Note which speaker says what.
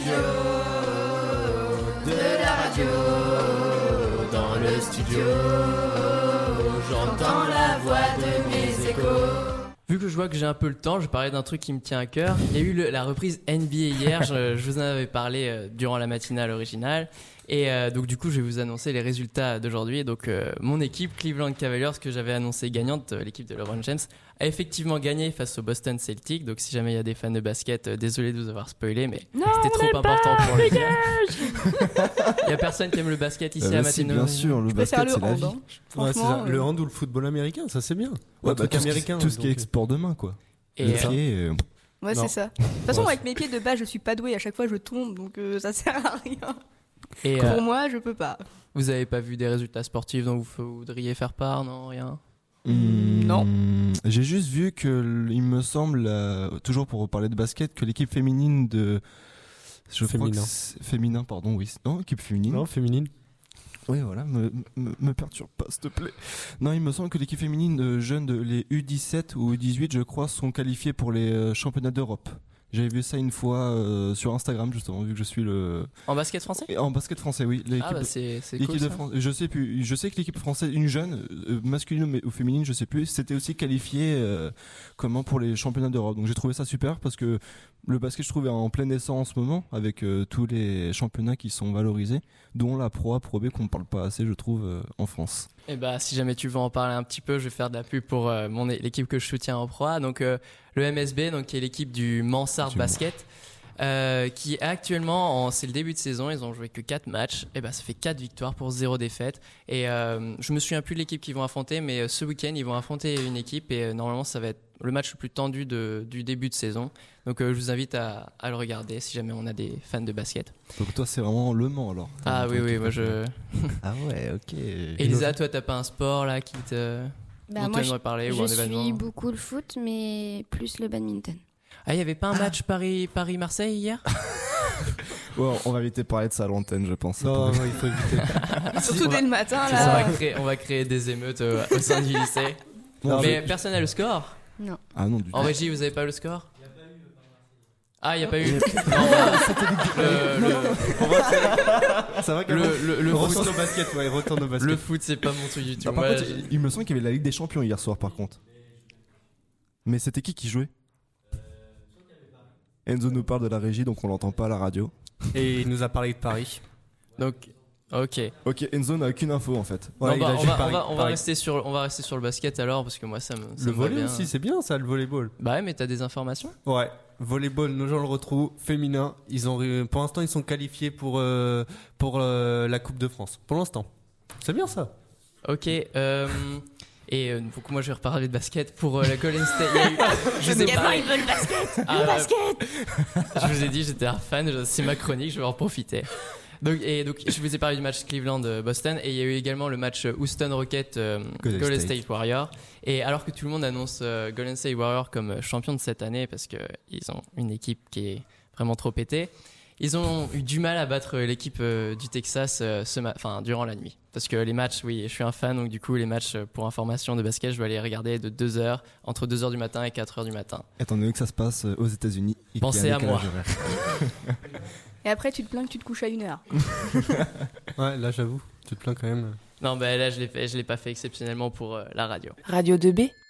Speaker 1: radio, de la radio, dans le studio, j'entends la voix de mes échos.
Speaker 2: Vu que je vois que j'ai un peu le temps, je vais parler d'un truc qui me tient à cœur. Il y a eu la reprise NBA hier, je vous en avais parlé durant la matinale originale. Et donc du coup, je vais vous annoncer les résultats d'aujourd'hui. Et donc mon équipe, Cleveland Cavaliers, que j'avais annoncé gagnante, l'équipe de LeBron James, a effectivement gagné face au Boston Celtics. Donc si jamais il y a des fans de basket, désolé de vous avoir spoilé, mais c'était trop important pour le dire. Il y a personne qui aime le basket ici à Matignon.
Speaker 3: Bien sûr, le basket c'est la vie.
Speaker 4: Ouais, c'est ça. Le hand ou le football américain, ça c'est bien.
Speaker 3: Ouais, bah, américain, tout ce qui est export de main, quoi.
Speaker 2: Et
Speaker 3: le pied.
Speaker 5: Ouais, c'est ça. De toute façon, avec mes pieds de base, je suis pas douée. À chaque fois, je tombe, donc ça sert à rien.
Speaker 2: Et
Speaker 5: pour moi, je peux pas.
Speaker 2: Vous avez pas vu des résultats sportifs dont vous voudriez faire part, non, rien?
Speaker 5: Non.
Speaker 3: J'ai juste vu que, il me semble, toujours pour parler de basket, que l'équipe féminine de. Féminin, pardon, oui. Non, équipe féminine.
Speaker 4: Non, féminine.
Speaker 3: Oui, voilà, me perturbe pas, s'il te plaît. Non, il me semble que l'équipe féminine de jeunes, les U17 ou U18, je crois, sont qualifiées pour les championnats d'Europe. J'avais vu ça une fois sur Instagram, justement, vu que je suis le.
Speaker 2: En basket français ?
Speaker 3: En basket français, oui.
Speaker 2: C'est
Speaker 3: l'équipe
Speaker 2: cool,
Speaker 3: de
Speaker 2: ça.
Speaker 3: France. Je sais plus. Je sais que l'équipe française, une jeune, masculine ou féminine, je sais plus, c'était aussi qualifiée pour les championnats d'Europe. Donc j'ai trouvé ça super parce que le basket, je trouve, est en plein essor en ce moment avec tous les championnats qui sont valorisés, dont la Pro A, Pro B qu'on ne parle pas assez, je trouve, en France.
Speaker 2: Et bah, si jamais tu veux en parler un petit peu, je vais faire de la pub pour l'équipe que je soutiens en Pro A. Donc le MSB, donc qui est l'équipe du Mansart Basket, qui est actuellement c'est le début de saison, ils ont joué que 4 matchs. Et bah, ça fait 4 victoires pour 0 défaite. Et je me souviens plus de l'équipe qu'ils vont affronter, mais ce week-end ils vont affronter une équipe et normalement ça va être le match le plus tendu du début de saison. Donc je vous invite à le regarder si jamais on a des fans de basket.
Speaker 3: Donc toi c'est vraiment Le Mans alors.
Speaker 2: Ah oui, moi je.
Speaker 3: Ah ouais, ok.
Speaker 2: Elisa, toi t'as pas un sport là qui te.
Speaker 6: Bah,
Speaker 2: moi,
Speaker 6: je suis beaucoup le foot, mais plus le badminton.
Speaker 2: Ah, il n'y avait pas un match Paris-Marseille hier?
Speaker 3: Bon, on va éviter de parler de ça à l'antenne, je pense.
Speaker 4: Non, il faut éviter.
Speaker 5: Surtout dès le matin, là.
Speaker 2: On va créer des émeutes au sein du lycée.
Speaker 3: Non,
Speaker 2: mais personne n'a le score?
Speaker 6: Non.
Speaker 3: Ah non, du tout.
Speaker 2: En régie, vous n'avez pas le score? Ah, il n'y a pas eu.
Speaker 3: Ça va
Speaker 4: retourne au basket, ouais, retourne au basket.
Speaker 2: Le foot, c'est pas mon truc du tout.
Speaker 3: Par contre, il me semble qu'il y avait la Ligue des Champions hier soir, par contre. Mais c'était qui jouait? Enzo nous parle de la régie, donc on l'entend pas à la radio.
Speaker 4: Et il nous a parlé de Paris.
Speaker 2: Donc, ok.
Speaker 3: Ok, Enzo n'a aucune info en fait.
Speaker 2: Ouais, on va
Speaker 4: Paris.
Speaker 2: rester sur le basket alors, parce que moi ça me.
Speaker 4: Le volley aussi, c'est bien ça, le volleyball.
Speaker 2: Bah ouais, mais t'as des informations?
Speaker 4: Ouais. Volleyball, nos gens le retrouvent féminin. Pour l'instant, ils sont qualifiés pour la Coupe de France. Pour l'instant, c'est bien ça.
Speaker 2: Ok. Et donc moi je vais reparler de basket pour la Golden State.
Speaker 6: Les gamins ils veulent le basket. Le basket.
Speaker 2: Je vous ai dit j'étais un fan. C'est ma chronique, je vais en profiter. Donc je vous ai parlé du match Cleveland-Boston et il y a eu également le match Houston Rockets Golden State Warriors. Et alors que tout le monde annonce Golden State Warriors comme champion de cette année parce qu'ils ont une équipe qui est vraiment trop pétée, ils ont eu du mal à battre l'équipe du Texas durant la nuit. Parce que les matchs, oui, je suis un fan, donc du coup les matchs pour information de basket, je dois les regarder de 2h, entre 2h du matin et 4h du matin.
Speaker 3: Étant donné que ça se passe aux États-Unis.
Speaker 2: Pensez à moi.
Speaker 5: Et après, tu te plains que tu te couches à 1h.
Speaker 4: Ouais, là, j'avoue, tu te plains quand même.
Speaker 2: Non, bah là, je l'ai pas fait exceptionnellement pour la radio.
Speaker 1: Radio 2B